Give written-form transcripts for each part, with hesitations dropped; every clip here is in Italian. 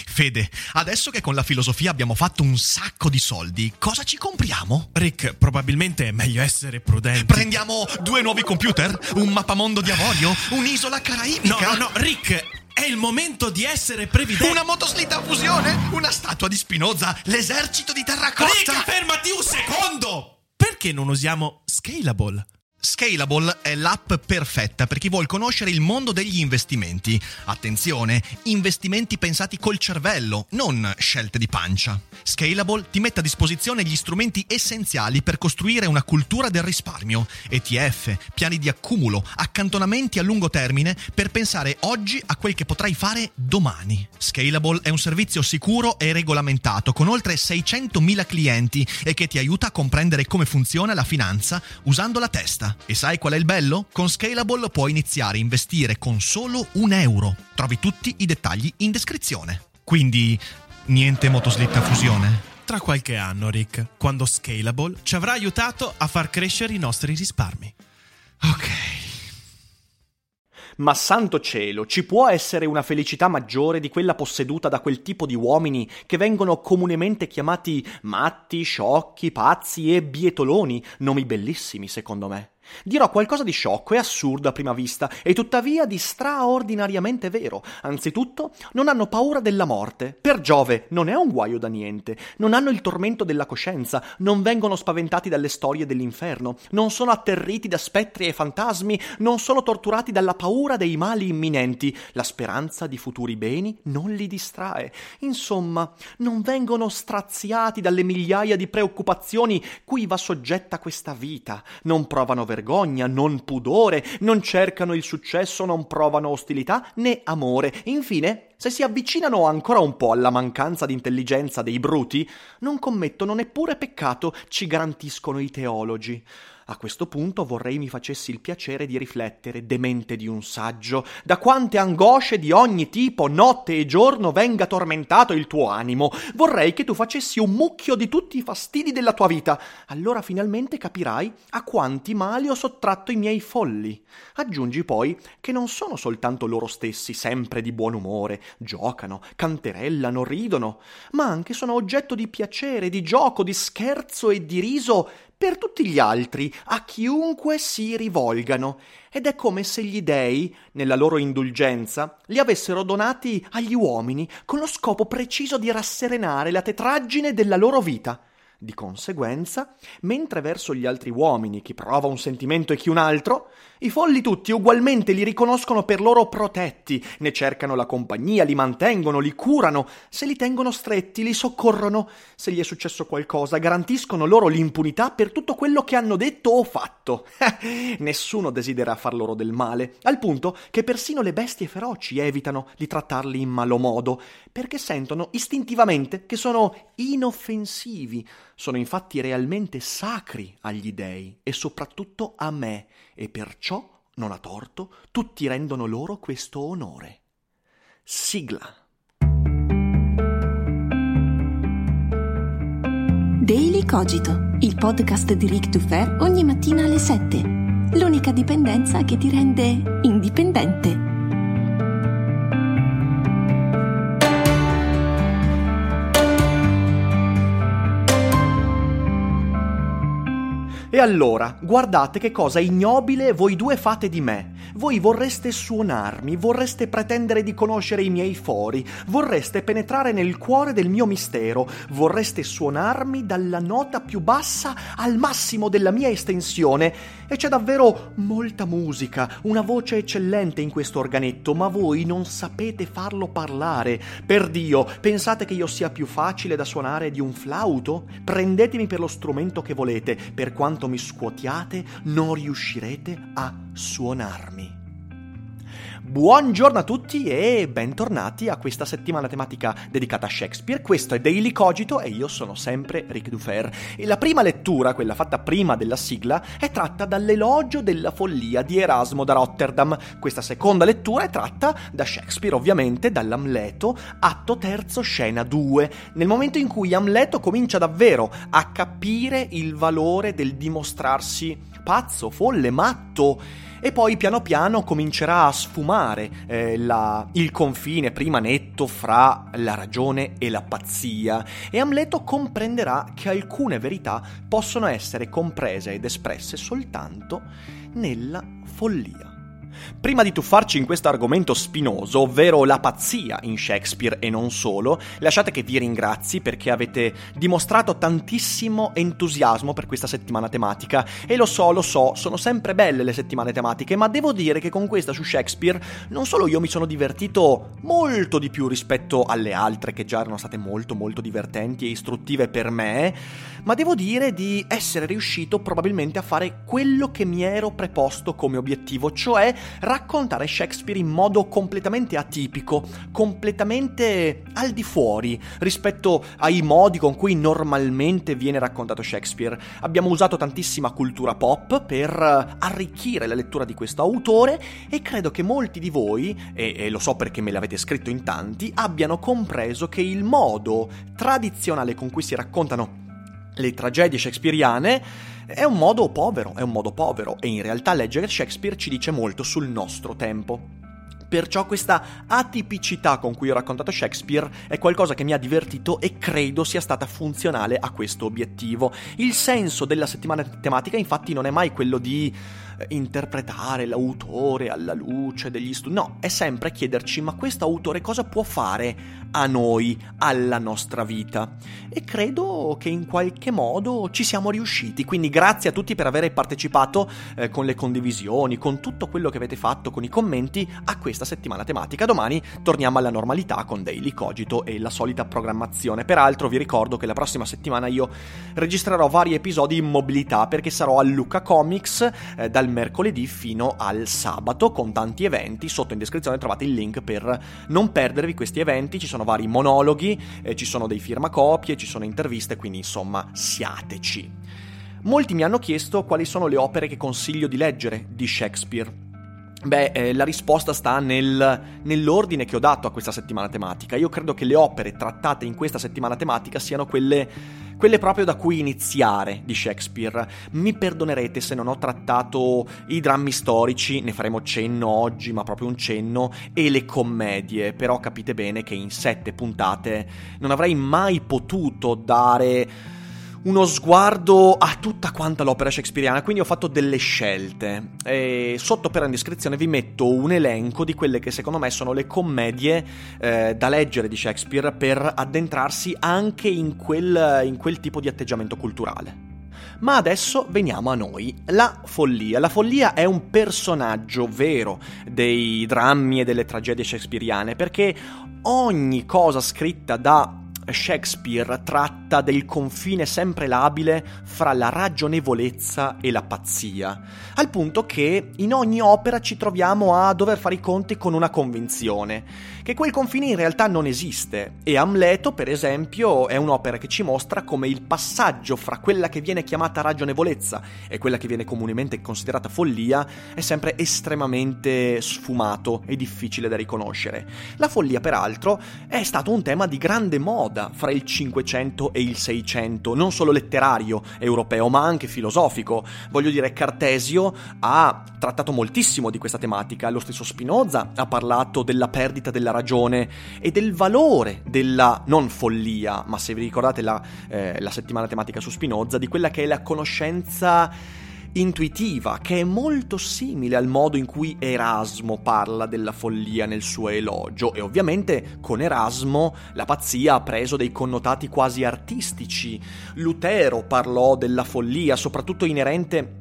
Fede, adesso che con la filosofia abbiamo fatto un sacco di soldi, cosa ci compriamo? Rick, probabilmente è meglio essere prudenti. Prendiamo 2 nuovi computer? Un mappamondo di avorio? Un'isola caraibica? No, Rick, è il momento di essere previdenti. Una motoslitta a fusione? Una statua di Spinoza? L'esercito di terracotta? Rick, fermati un secondo! Perché non usiamo Scalable? Scalable è l'app perfetta per chi vuol conoscere il mondo degli investimenti. Attenzione, investimenti pensati col cervello, non scelte di pancia. Scalable ti mette a disposizione gli strumenti essenziali per costruire una cultura del risparmio, ETF, piani di accumulo, accantonamenti a lungo termine per pensare oggi a quel che potrai fare domani. Scalable è un servizio sicuro e regolamentato con oltre 600.000 clienti e che ti aiuta a comprendere come funziona la finanza usando la testa. E sai qual è il bello? Con Scalable puoi iniziare a investire con solo €1. Trovi tutti i dettagli in descrizione. Quindi, niente motoslitta a fusione? Tra qualche anno, Rick, quando Scalable ci avrà aiutato a far crescere i nostri risparmi. Ok. Ma santo cielo, ci può essere una felicità maggiore di quella posseduta da quel tipo di uomini che vengono comunemente chiamati matti, sciocchi, pazzi e bietoloni, nomi bellissimi secondo me. Dirò qualcosa di sciocco e assurdo a prima vista, e tuttavia di straordinariamente vero. Anzitutto, non hanno paura della morte. Per Giove, non è un guaio da niente. Non hanno il tormento della coscienza, non vengono spaventati dalle storie dell'inferno, non sono atterriti da spettri e fantasmi, non sono torturati dalla paura dei mali imminenti. La speranza di futuri beni non li distrae. Insomma, non vengono straziati dalle migliaia di preoccupazioni cui va soggetta questa vita. Non provano vergogna, non pudore, non cercano il successo, non provano ostilità né amore. Infine, se si avvicinano ancora un po' alla mancanza di intelligenza dei bruti, non commettono neppure peccato, ci garantiscono i teologi. A questo punto vorrei mi facessi il piacere di riflettere, demente di un saggio, da quante angosce di ogni tipo, notte e giorno, venga tormentato il tuo animo. Vorrei che tu facessi un mucchio di tutti i fastidi della tua vita. Allora finalmente capirai a quanti mali ho sottratto i miei folli. Aggiungi poi che non sono soltanto loro stessi sempre di buon umore, giocano, canterellano, ridono, ma anche sono oggetto di piacere, di gioco, di scherzo e di riso per tutti gli altri, a chiunque si rivolgano, ed è come se gli dei, nella loro indulgenza, li avessero donati agli uomini con lo scopo preciso di rasserenare la tetraggine della loro vita. Di conseguenza, mentre verso gli altri uomini chi prova un sentimento e chi un altro, i folli tutti ugualmente li riconoscono per loro protetti, ne cercano la compagnia, li mantengono, li curano, se li tengono stretti, li soccorrono, se gli è successo qualcosa, garantiscono loro l'impunità per tutto quello che hanno detto o fatto. Nessuno desidera far loro del male, al punto che persino le bestie feroci evitano di trattarli in malo modo, perché sentono istintivamente che sono inoffensivi. Sono infatti realmente sacri agli dei e soprattutto a me, e perciò, non a torto, tutti rendono loro questo onore. Sigla. Daily Cogito, il podcast di Rick Dufer ogni mattina alle 7. L'unica dipendenza che ti rende indipendente. E allora, guardate che cosa ignobile voi due fate di me. Voi vorreste suonarmi, vorreste pretendere di conoscere i miei fori, vorreste penetrare nel cuore del mio mistero, vorreste suonarmi dalla nota più bassa al massimo della mia estensione. E c'è davvero molta musica, una voce eccellente in questo organetto, ma voi non sapete farlo parlare. Per Dio, pensate che io sia più facile da suonare di un flauto? Prendetemi per lo strumento che volete, per quanto mi scuotiate, non riuscirete a suonarmi. Buongiorno a tutti e bentornati a questa settimana tematica dedicata a Shakespeare. Questo è Daily Cogito e io sono sempre Rick Dufer. E la prima lettura, quella fatta prima della sigla, è tratta dall'Elogio della follia di Erasmo da Rotterdam. Questa seconda lettura è tratta da Shakespeare, ovviamente, dall'Amleto, atto terzo, scena 2, nel momento in cui Amleto comincia davvero a capire il valore del dimostrarsi pazzo, folle, matto, e poi piano piano comincerà a sfumare il confine prima netto fra la ragione e la pazzia, e Amleto comprenderà che alcune verità possono essere comprese ed espresse soltanto nella follia. Prima di tuffarci in questo argomento spinoso, ovvero la pazzia in Shakespeare e non solo, lasciate che vi ringrazi perché avete dimostrato tantissimo entusiasmo per questa settimana tematica. E lo so, sono sempre belle le settimane tematiche, ma devo dire che con questa su Shakespeare non solo io mi sono divertito molto di più rispetto alle altre che già erano state molto molto divertenti e istruttive per me, ma devo dire di essere riuscito probabilmente a fare quello che mi ero preposto come obiettivo, cioè raccontare Shakespeare in modo completamente atipico, completamente al di fuori rispetto ai modi con cui normalmente viene raccontato Shakespeare. Abbiamo usato tantissima cultura pop per arricchire la lettura di questo autore, e credo che molti di voi, e lo so perché me l'avete scritto in tanti, abbiano compreso che il modo tradizionale con cui si raccontano le tragedie shakespeariane è un modo povero, e in realtà leggere Shakespeare ci dice molto sul nostro tempo. Perciò questa atipicità con cui ho raccontato Shakespeare è qualcosa che mi ha divertito e credo sia stata funzionale a questo obiettivo. Il senso della settimana tematica infatti non è mai quello di interpretare l'autore alla luce degli studi, no, è sempre chiederci: ma questo autore cosa può fare a noi, alla nostra vita? E credo che in qualche modo ci siamo riusciti, quindi grazie a tutti per aver partecipato con le condivisioni, con tutto quello che avete fatto, con i commenti a questa settimana tematica. Domani torniamo alla normalità con Daily Cogito e la solita programmazione. Peraltro vi ricordo che la prossima settimana io registrerò vari episodi in mobilità, perché sarò a Lucca Comics dal mercoledì fino al sabato con tanti eventi. Sotto in descrizione trovate il link per non perdervi questi eventi. Ci sono vari monologhi, ci sono dei firmacopie, ci sono interviste, quindi insomma siateci. Molti mi hanno chiesto quali sono le opere che consiglio di leggere di Shakespeare. La risposta sta nell'ordine che ho dato a questa settimana tematica. Io credo che le opere trattate in questa settimana tematica siano quelle proprio da cui iniziare di Shakespeare. Mi perdonerete se non ho trattato i drammi storici, ne faremo cenno oggi, ma proprio un cenno, e le commedie, però capite bene che in 7 puntate non avrei mai potuto dare uno sguardo a tutta quanta l'opera shakespeariana, quindi ho fatto delle scelte, e sotto però in descrizione vi metto un elenco di quelle che secondo me sono le commedie da leggere di Shakespeare per addentrarsi anche in quel tipo di atteggiamento culturale. Ma adesso veniamo a noi. La follia. La follia è un personaggio vero dei drammi e delle tragedie shakespeariane, perché ogni cosa scritta da Shakespeare tratta del confine sempre labile fra la ragionevolezza e la pazzia, al punto che in ogni opera ci troviamo a dover fare i conti con una convinzione, che quel confine in realtà non esiste. E Amleto, per esempio, è un'opera che ci mostra come il passaggio fra quella che viene chiamata ragionevolezza e quella che viene comunemente considerata follia è sempre estremamente sfumato e difficile da riconoscere. La follia, peraltro, è stato un tema di grande moda fra il 500 e il 600, non solo letterario europeo ma anche filosofico. Voglio dire, Cartesio ha trattato moltissimo di questa tematica, lo stesso Spinoza ha parlato della perdita della ragione e del valore della non follia, ma se vi ricordate la settimana tematica su Spinoza, di quella che è la conoscenza intuitiva, che è molto simile al modo in cui Erasmo parla della follia nel suo elogio. E ovviamente con Erasmo la pazzia ha preso dei connotati quasi artistici. Lutero parlò della follia, soprattutto inerente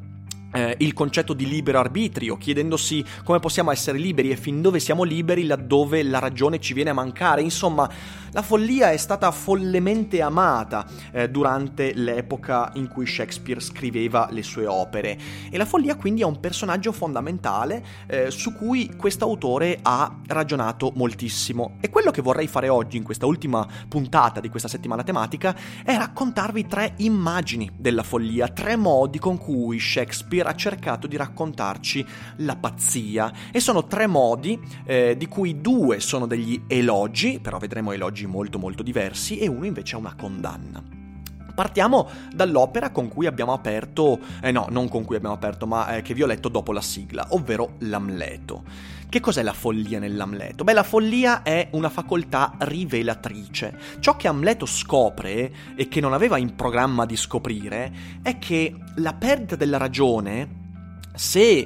il concetto di libero arbitrio, chiedendosi come possiamo essere liberi e fin dove siamo liberi laddove la ragione ci viene a mancare. Insomma, la follia è stata follemente amata durante l'epoca in cui Shakespeare scriveva le sue opere, e la follia quindi è un personaggio fondamentale su cui quest'autore ha ragionato moltissimo. E quello che vorrei fare oggi in questa ultima puntata di questa settimana tematica è raccontarvi 3 immagini della follia, 3 modi con cui Shakespeare ha cercato di raccontarci la pazzia, e sono 3 modi di cui 2 sono degli elogi, però vedremo elogi molto molto diversi, e uno invece è una condanna. Partiamo dall'opera con cui abbiamo aperto, non con cui abbiamo aperto, ma che vi ho letto dopo la sigla, ovvero l'Amleto. Che cos'è la follia nell'Amleto? Beh, la follia è una facoltà rivelatrice. Ciò che Amleto scopre, e che non aveva in programma di scoprire, è che la perdita della ragione, se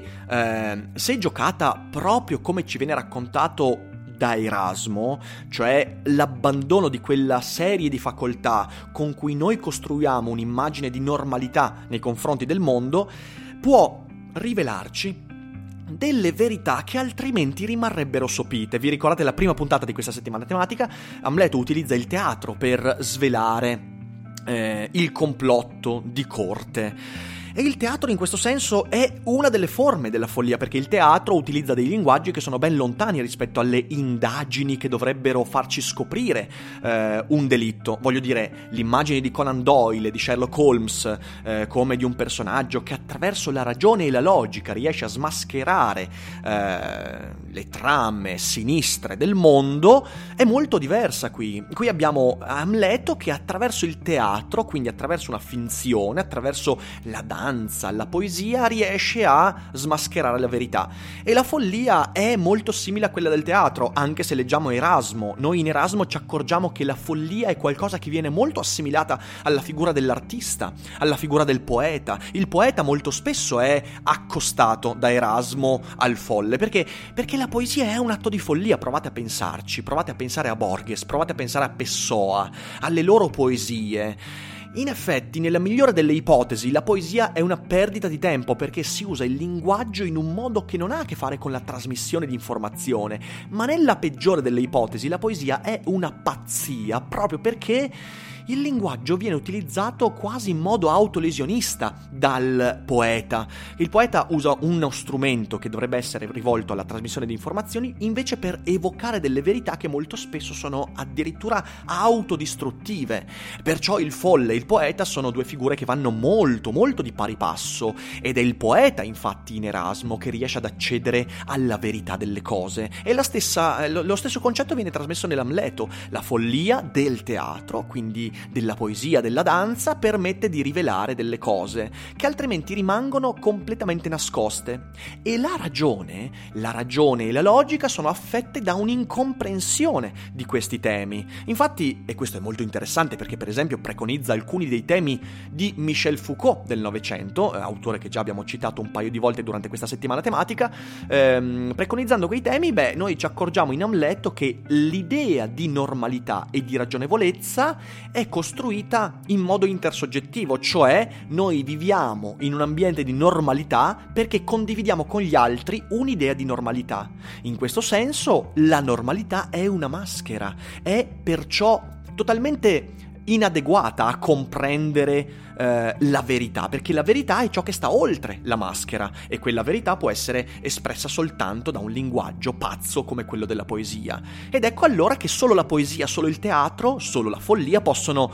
giocata proprio come ci viene raccontato da Erasmo, cioè l'abbandono di quella serie di facoltà con cui noi costruiamo un'immagine di normalità nei confronti del mondo, può rivelarci delle verità che altrimenti rimarrebbero sopite. Vi ricordate la prima puntata di questa settimana tematica? Amleto utilizza il teatro per svelare il complotto di corte. E il teatro in questo senso è una delle forme della follia, perché il teatro utilizza dei linguaggi che sono ben lontani rispetto alle indagini che dovrebbero farci scoprire un delitto. Voglio dire, l'immagine di Conan Doyle, di Sherlock Holmes, come di un personaggio che attraverso la ragione e la logica riesce a smascherare le trame sinistre del mondo, è molto diversa qui. Qui abbiamo Amleto che attraverso il teatro, quindi attraverso una finzione, attraverso la danza, la poesia, riesce a smascherare la verità. E la follia è molto simile a quella del teatro, anche se leggiamo Erasmo. Noi in Erasmo ci accorgiamo che la follia è qualcosa che viene molto assimilata alla figura dell'artista, alla figura del poeta. Il poeta molto spesso è accostato da Erasmo al folle, perché la poesia è un atto di follia. Provate a pensarci, provate a pensare a Borges, provate a pensare a Pessoa, alle loro poesie. In effetti, nella migliore delle ipotesi, la poesia è una perdita di tempo, perché si usa il linguaggio in un modo che non ha a che fare con la trasmissione di informazione, ma nella peggiore delle ipotesi la poesia è una pazzia, proprio perché il linguaggio viene utilizzato quasi in modo autolesionista dal poeta. Il poeta usa uno strumento che dovrebbe essere rivolto alla trasmissione di informazioni, invece per evocare delle verità che molto spesso sono addirittura autodistruttive. Perciò il folle e il poeta sono due figure che vanno molto, molto di pari passo, ed è il poeta, infatti, in Erasmo che riesce ad accedere alla verità delle cose. E lo stesso concetto viene trasmesso nell'Amleto. La follia del teatro, quindi della poesia, della danza, permette di rivelare delle cose che altrimenti rimangono completamente nascoste. E la ragione e la logica sono affette da un'incomprensione di questi temi. Infatti, e questo è molto interessante perché per esempio preconizza alcuni dei temi di Michel Foucault del Novecento, autore che già abbiamo citato un paio di volte durante questa settimana tematica, preconizzando quei temi, noi ci accorgiamo in Amleto che l'idea di normalità e di ragionevolezza è costruita in modo intersoggettivo, cioè noi viviamo in un ambiente di normalità perché condividiamo con gli altri un'idea di normalità. In questo senso la normalità è una maschera, è perciò totalmente inadeguata a comprendere la verità, perché la verità è ciò che sta oltre la maschera, e quella verità può essere espressa soltanto da un linguaggio pazzo come quello della poesia. Ed ecco allora che solo la poesia, solo il teatro, solo la follia possono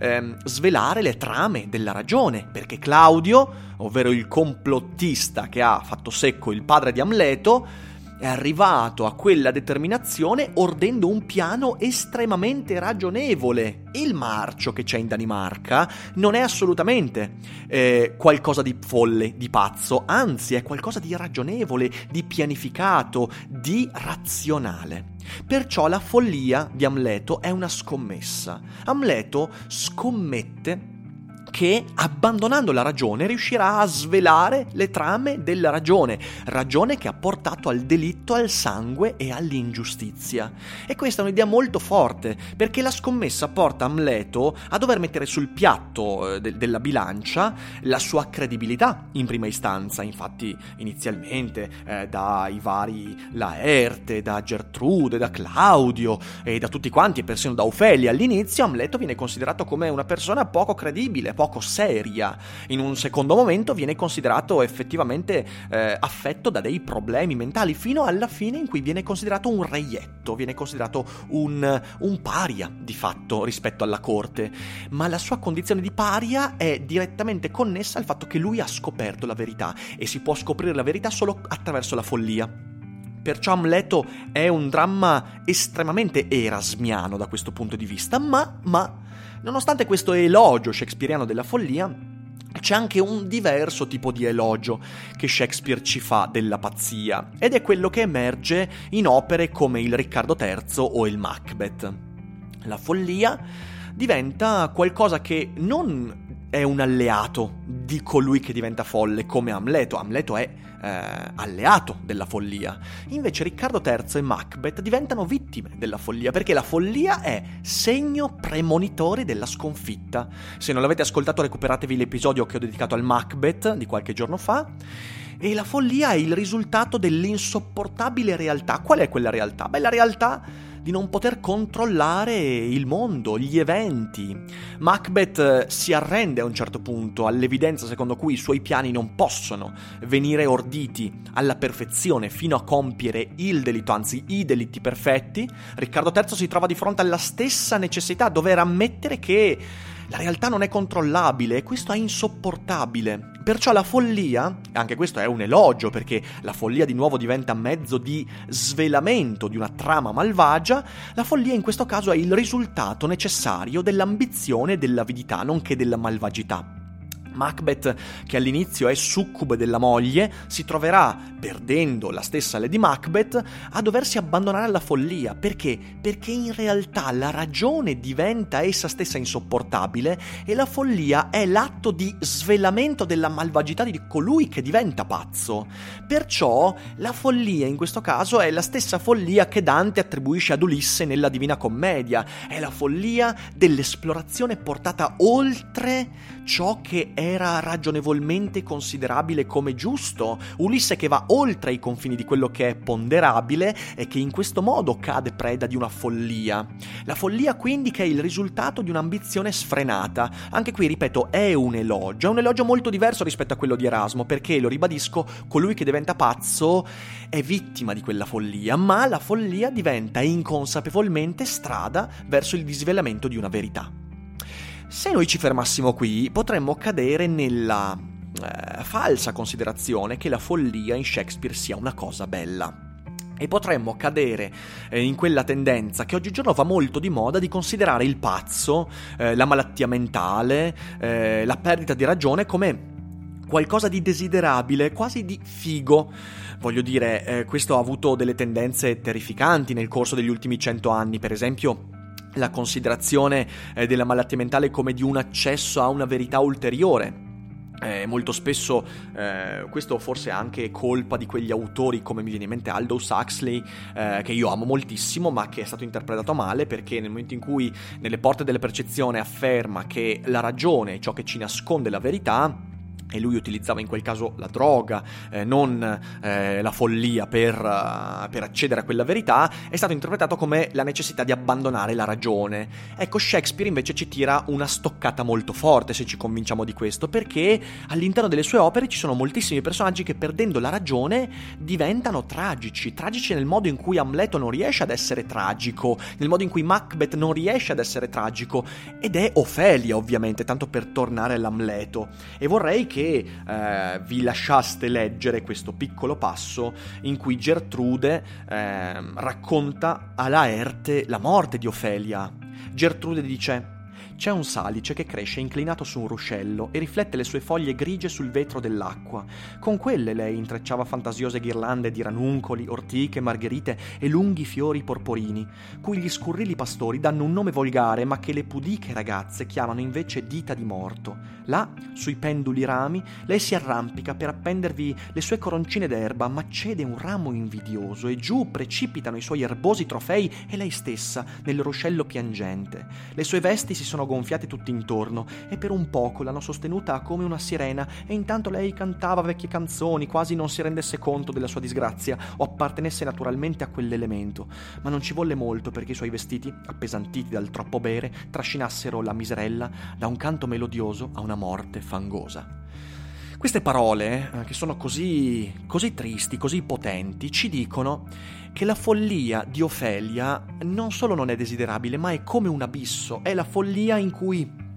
svelare le trame della ragione, perché Claudio, ovvero il complottista che ha fatto secco il padre di Amleto, è arrivato a quella determinazione ordendo un piano estremamente ragionevole. Il marcio che c'è in Danimarca non è assolutamente qualcosa di folle, di pazzo, anzi è qualcosa di ragionevole, di pianificato, di razionale. Perciò la follia di Amleto è una scommessa. Amleto scommette che, abbandonando la ragione, riuscirà a svelare le trame della ragione che ha portato al delitto, al sangue e all'ingiustizia. E questa è un'idea molto forte, perché la scommessa porta Amleto a dover mettere sul piatto della bilancia la sua credibilità in prima istanza. Infatti inizialmente dai vari Laerte, da Gertrude, da Claudio e da tutti quanti, e persino da Ofelia all'inizio, Amleto viene considerato come una persona poco credibile, poco seria. In un secondo momento viene considerato effettivamente affetto da dei problemi mentali, fino alla fine in cui viene considerato un reietto, viene considerato un paria di fatto rispetto alla corte. Ma la sua condizione di paria è direttamente connessa al fatto che lui ha scoperto la verità, e si può scoprire la verità solo attraverso la follia. Perciò Amleto è un dramma estremamente erasmiano da questo punto di vista, ma nonostante questo elogio shakespeariano della follia, c'è anche un diverso tipo di elogio che Shakespeare ci fa della pazzia, ed è quello che emerge in opere come il Riccardo III o il Macbeth. La follia diventa qualcosa che non è un alleato di colui che diventa folle come Amleto. Amleto è alleato della follia. Invece Riccardo III e Macbeth diventano vittime della follia, perché la follia è segno premonitore della sconfitta. Se non l'avete ascoltato, recuperatevi l'episodio che ho dedicato al Macbeth di qualche giorno fa. E la follia è il risultato dell'insopportabile realtà. Qual è quella realtà? Beh, la realtà di non poter controllare il mondo, gli eventi. Macbeth si arrende a un certo punto all'evidenza secondo cui i suoi piani non possono venire orditi alla perfezione fino a compiere il delitto, anzi i delitti perfetti. Riccardo III si trova di fronte alla stessa necessità, dover ammettere che la realtà non è controllabile, e questo è insopportabile. Perciò la follia, anche questo è un elogio, perché la follia di nuovo diventa mezzo di svelamento di una trama malvagia. La follia in questo caso è il risultato necessario dell'ambizione e dell'avidità, nonché della malvagità. Macbeth, che all'inizio è succube della moglie, si troverà, perdendo la stessa Lady Macbeth, a doversi abbandonare alla follia. Perché? Perché in realtà la ragione diventa essa stessa insopportabile e la follia è l'atto di svelamento della malvagità di colui che diventa pazzo. Perciò la follia in questo caso è la stessa follia che Dante attribuisce ad Ulisse nella Divina Commedia. È la follia dell'esplorazione portata oltre ciò che era ragionevolmente considerabile come giusto. Ulisse che va oltre i confini di quello che è ponderabile e che in questo modo cade preda di una follia. La follia quindi che è il risultato di un'ambizione sfrenata. Anche qui, ripeto, è un elogio molto diverso rispetto a quello di Erasmo, perché, lo ribadisco, colui che diventa pazzo è vittima di quella follia, ma la follia diventa inconsapevolmente strada verso il disvelamento di una verità. Se noi ci fermassimo qui, potremmo cadere nella falsa considerazione che la follia in Shakespeare sia una cosa bella. E potremmo cadere in quella tendenza che oggigiorno va molto di moda di considerare il pazzo, la malattia mentale, la perdita di ragione come qualcosa di desiderabile, quasi di figo. Voglio dire, questo ha avuto delle tendenze terrificanti nel corso degli ultimi 100 anni, per esempio la considerazione della malattia mentale come di un accesso a una verità ulteriore. Molto spesso questo forse è anche colpa di quegli autori, come mi viene in mente Aldous Huxley, che io amo moltissimo, ma che è stato interpretato male, perché nel momento in cui nelle porte della percezione afferma che la ragione è ciò che ci nasconde la verità, e lui utilizzava in quel caso la droga, non la follia per accedere a quella verità, è stato interpretato come la necessità di abbandonare la ragione. Ecco, Shakespeare invece ci tira una stoccata molto forte, se ci convinciamo di questo, perché all'interno delle sue opere ci sono moltissimi personaggi che, perdendo la ragione, diventano tragici nel modo in cui Amleto non riesce ad essere tragico, nel modo in cui Macbeth non riesce ad essere tragico, ed è Ofelia, ovviamente, tanto per tornare all'Amleto. E vorrei che vi lasciaste leggere questo piccolo passo in cui Gertrude racconta a Laerte la morte di Ofelia. Gertrude dice: c'è un salice che cresce inclinato su un ruscello e riflette le sue foglie grigie sul vetro dell'acqua. Con quelle lei intrecciava fantasiose ghirlande di ranuncoli, ortiche, margherite e lunghi fiori porporini, cui gli scurrili pastori danno un nome volgare, ma che le pudiche ragazze chiamano invece dita di morto. Là, sui penduli rami, lei si arrampica per appendervi le sue coroncine d'erba, ma cede un ramo invidioso e giù precipitano i suoi erbosi trofei e lei stessa nel ruscello piangente. Le sue vesti si sono gonfiate tutti intorno e per un poco l'hanno sostenuta come una sirena, e intanto lei cantava vecchie canzoni, quasi non si rendesse conto della sua disgrazia o appartenesse naturalmente a quell'elemento. Ma non ci volle molto perché i suoi vestiti, appesantiti dal troppo bere, trascinassero la miserella da un canto melodioso a una morte fangosa. Queste parole, che sono così tristi, così potenti, ci dicono che la follia di Ofelia non solo non è desiderabile, ma è come un abisso. È la follia in cui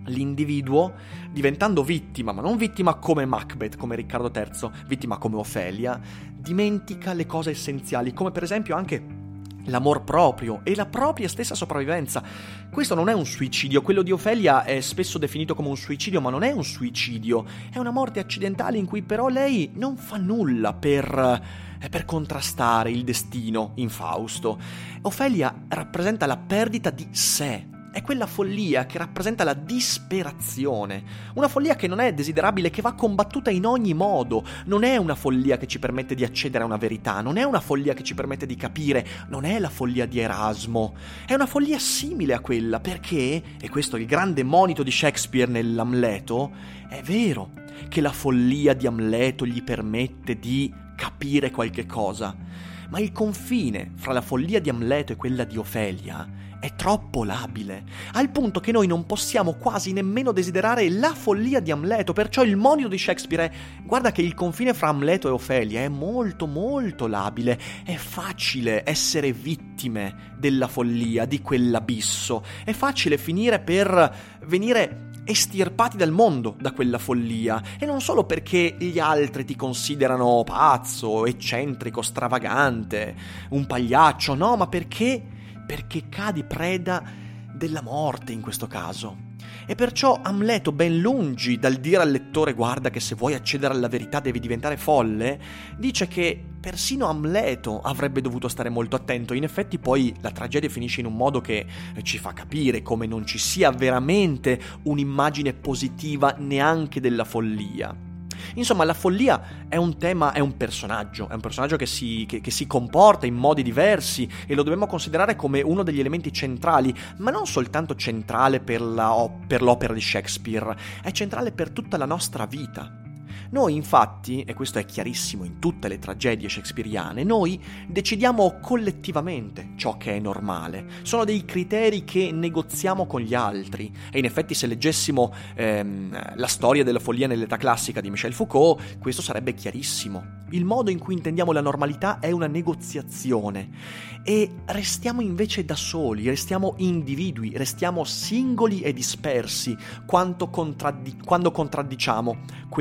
l'individuo, diventando vittima, ma non vittima come Macbeth, come Riccardo III, vittima come Ofelia, dimentica le cose essenziali, come per esempio anche l'amor proprio e la propria stessa sopravvivenza. Questo non è un suicidio, quello di Ofelia è spesso definito come un suicidio, ma non è un suicidio, è una morte accidentale in cui però lei non fa nulla per contrastare il destino infausto. Ofelia rappresenta la perdita di sé. È quella follia che rappresenta la disperazione, una follia che non è desiderabile, che va combattuta in ogni modo. Non è una follia che ci permette di accedere a una verità, non è una follia che ci permette di capire, non è la follia di Erasmo, è una follia simile a quella, perché, e questo è il grande monito di Shakespeare nell'Amleto, è vero che la follia di Amleto gli permette di capire qualche cosa, ma il confine fra la follia di Amleto e quella di Ofelia è troppo labile, al punto che noi non possiamo quasi nemmeno desiderare la follia di Amleto. Perciò il monito di Shakespeare è: guarda che il confine fra Amleto e Ofelia è molto molto labile, è facile essere vittime della follia, di quell'abisso, è facile finire per venire estirpati dal mondo da quella follia, e non solo perché gli altri ti considerano pazzo, eccentrico, stravagante, un pagliaccio, no, ma perché cadi preda della morte in questo caso. E perciò Amleto, ben lungi dal dire al lettore guarda che se vuoi accedere alla verità devi diventare folle, dice che persino Amleto avrebbe dovuto stare molto attento. In effetti poi la tragedia finisce in un modo che ci fa capire come non ci sia veramente un'immagine positiva neanche della follia. Insomma, la follia è un tema, è un personaggio che si comporta in modi diversi, e lo dobbiamo considerare come uno degli elementi centrali, ma non soltanto centrale per l'opera di Shakespeare, è centrale per tutta la nostra vita. Noi infatti, e questo è chiarissimo in tutte le tragedie shakespeariane, noi decidiamo collettivamente ciò che è normale. Sono dei criteri che negoziamo con gli altri, e in effetti se leggessimo la storia della follia nell'età classica di Michel Foucault, questo sarebbe chiarissimo. Il modo in cui intendiamo la normalità è una negoziazione, e restiamo invece da soli, restiamo individui, restiamo singoli e dispersi quando contraddiciamo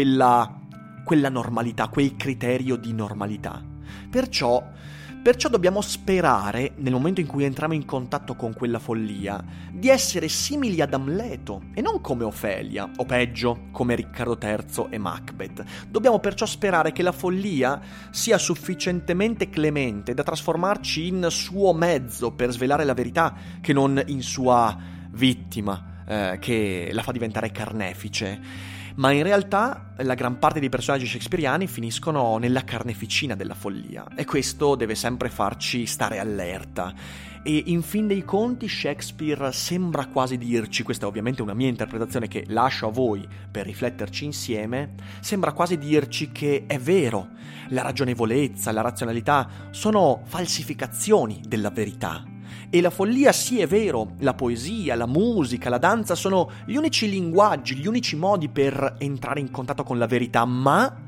quella normalità, quel criterio di normalità. Perciò dobbiamo sperare, nel momento in cui entriamo in contatto con quella follia, di essere simili ad Amleto e non come Ofelia, o peggio, come Riccardo III e Macbeth. Dobbiamo perciò sperare che la follia sia sufficientemente clemente da trasformarci in suo mezzo per svelare la verità, che non in sua vittima, che la fa diventare carnefice. Ma in realtà la gran parte dei personaggi shakespeariani finiscono nella carneficina della follia, e questo deve sempre farci stare allerta. E in fin dei conti Shakespeare sembra quasi dirci, questa è ovviamente una mia interpretazione che lascio a voi per rifletterci insieme, sembra quasi dirci che è vero, la ragionevolezza, la razionalità sono falsificazioni della verità. E la follia, sì, è vero, la poesia, la musica, la danza sono gli unici linguaggi, gli unici modi per entrare in contatto con la verità, ma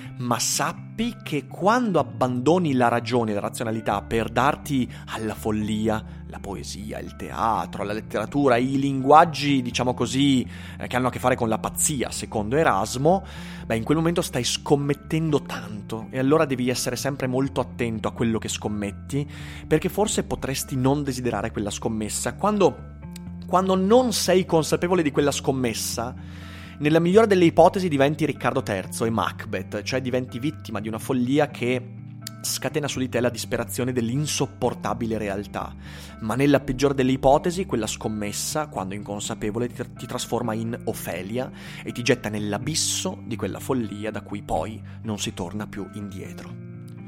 sappi che quando abbandoni la ragione e la razionalità per darti alla follia, la poesia, il teatro, la letteratura, i linguaggi, diciamo così, che hanno a che fare con la pazzia, secondo Erasmo, in quel momento stai scommettendo tanto, e allora devi essere sempre molto attento a quello che scommetti, perché forse potresti non desiderare quella scommessa. Quando non sei consapevole di quella scommessa, nella migliore delle ipotesi diventi Riccardo III e Macbeth, cioè diventi vittima di una follia che scatena su di te la disperazione dell'insopportabile realtà. Ma nella peggiore delle ipotesi, quella scommessa, quando inconsapevole, ti trasforma in Ofelia e ti getta nell'abisso di quella follia da cui poi non si torna più indietro.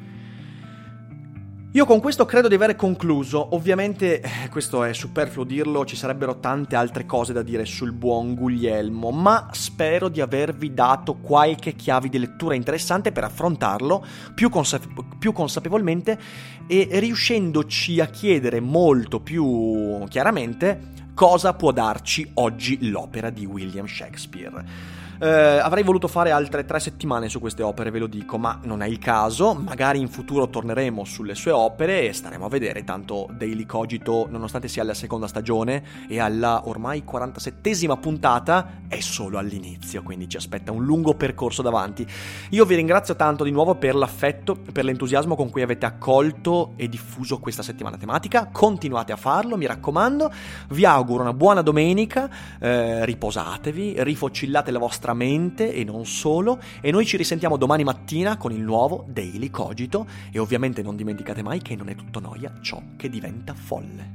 Io con questo credo di aver concluso. Ovviamente, questo è superfluo dirlo, ci sarebbero tante altre cose da dire sul buon Guglielmo, ma spero di avervi dato qualche chiave di lettura interessante per affrontarlo più consapevolmente, e riuscendoci a chiedere molto più chiaramente cosa può darci oggi l'opera di William Shakespeare. Avrei voluto fare altre 3 settimane su queste opere, ve lo dico, ma non è il caso. Magari in futuro torneremo sulle sue opere e staremo a vedere. Tanto Daily Cogito, nonostante sia alla seconda stagione e alla ormai 47esima puntata, è solo all'inizio, quindi ci aspetta un lungo percorso davanti. Io vi ringrazio tanto di nuovo per l'affetto, per l'entusiasmo con cui avete accolto e diffuso questa settimana tematica. Continuate a farlo, mi raccomando. Vi auguro una buona domenica, riposatevi, rifocillate la vostra mente e non solo, e noi ci risentiamo domani mattina con il nuovo Daily Cogito, e ovviamente non dimenticate mai che non è tutto noia ciò che diventa folle.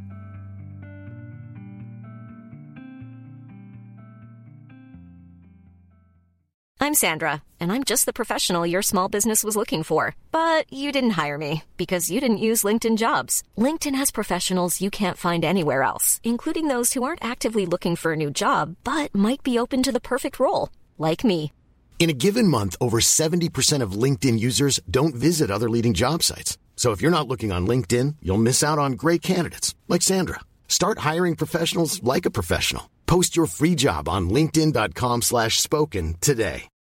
I'm Sandra, and I'm just the professional your small business was looking for. But you didn't hire me because you didn't use LinkedIn Jobs. LinkedIn has professionals you can't find anywhere else, including those who aren't actively looking for a new job, but might be open to the perfect role, like me. In a given month, over 70% of LinkedIn users don't visit other leading job sites. So if you're not looking on LinkedIn, you'll miss out on great candidates, like Sandra. Start hiring professionals like a professional. Post your free job on linkedin.com/spoken today.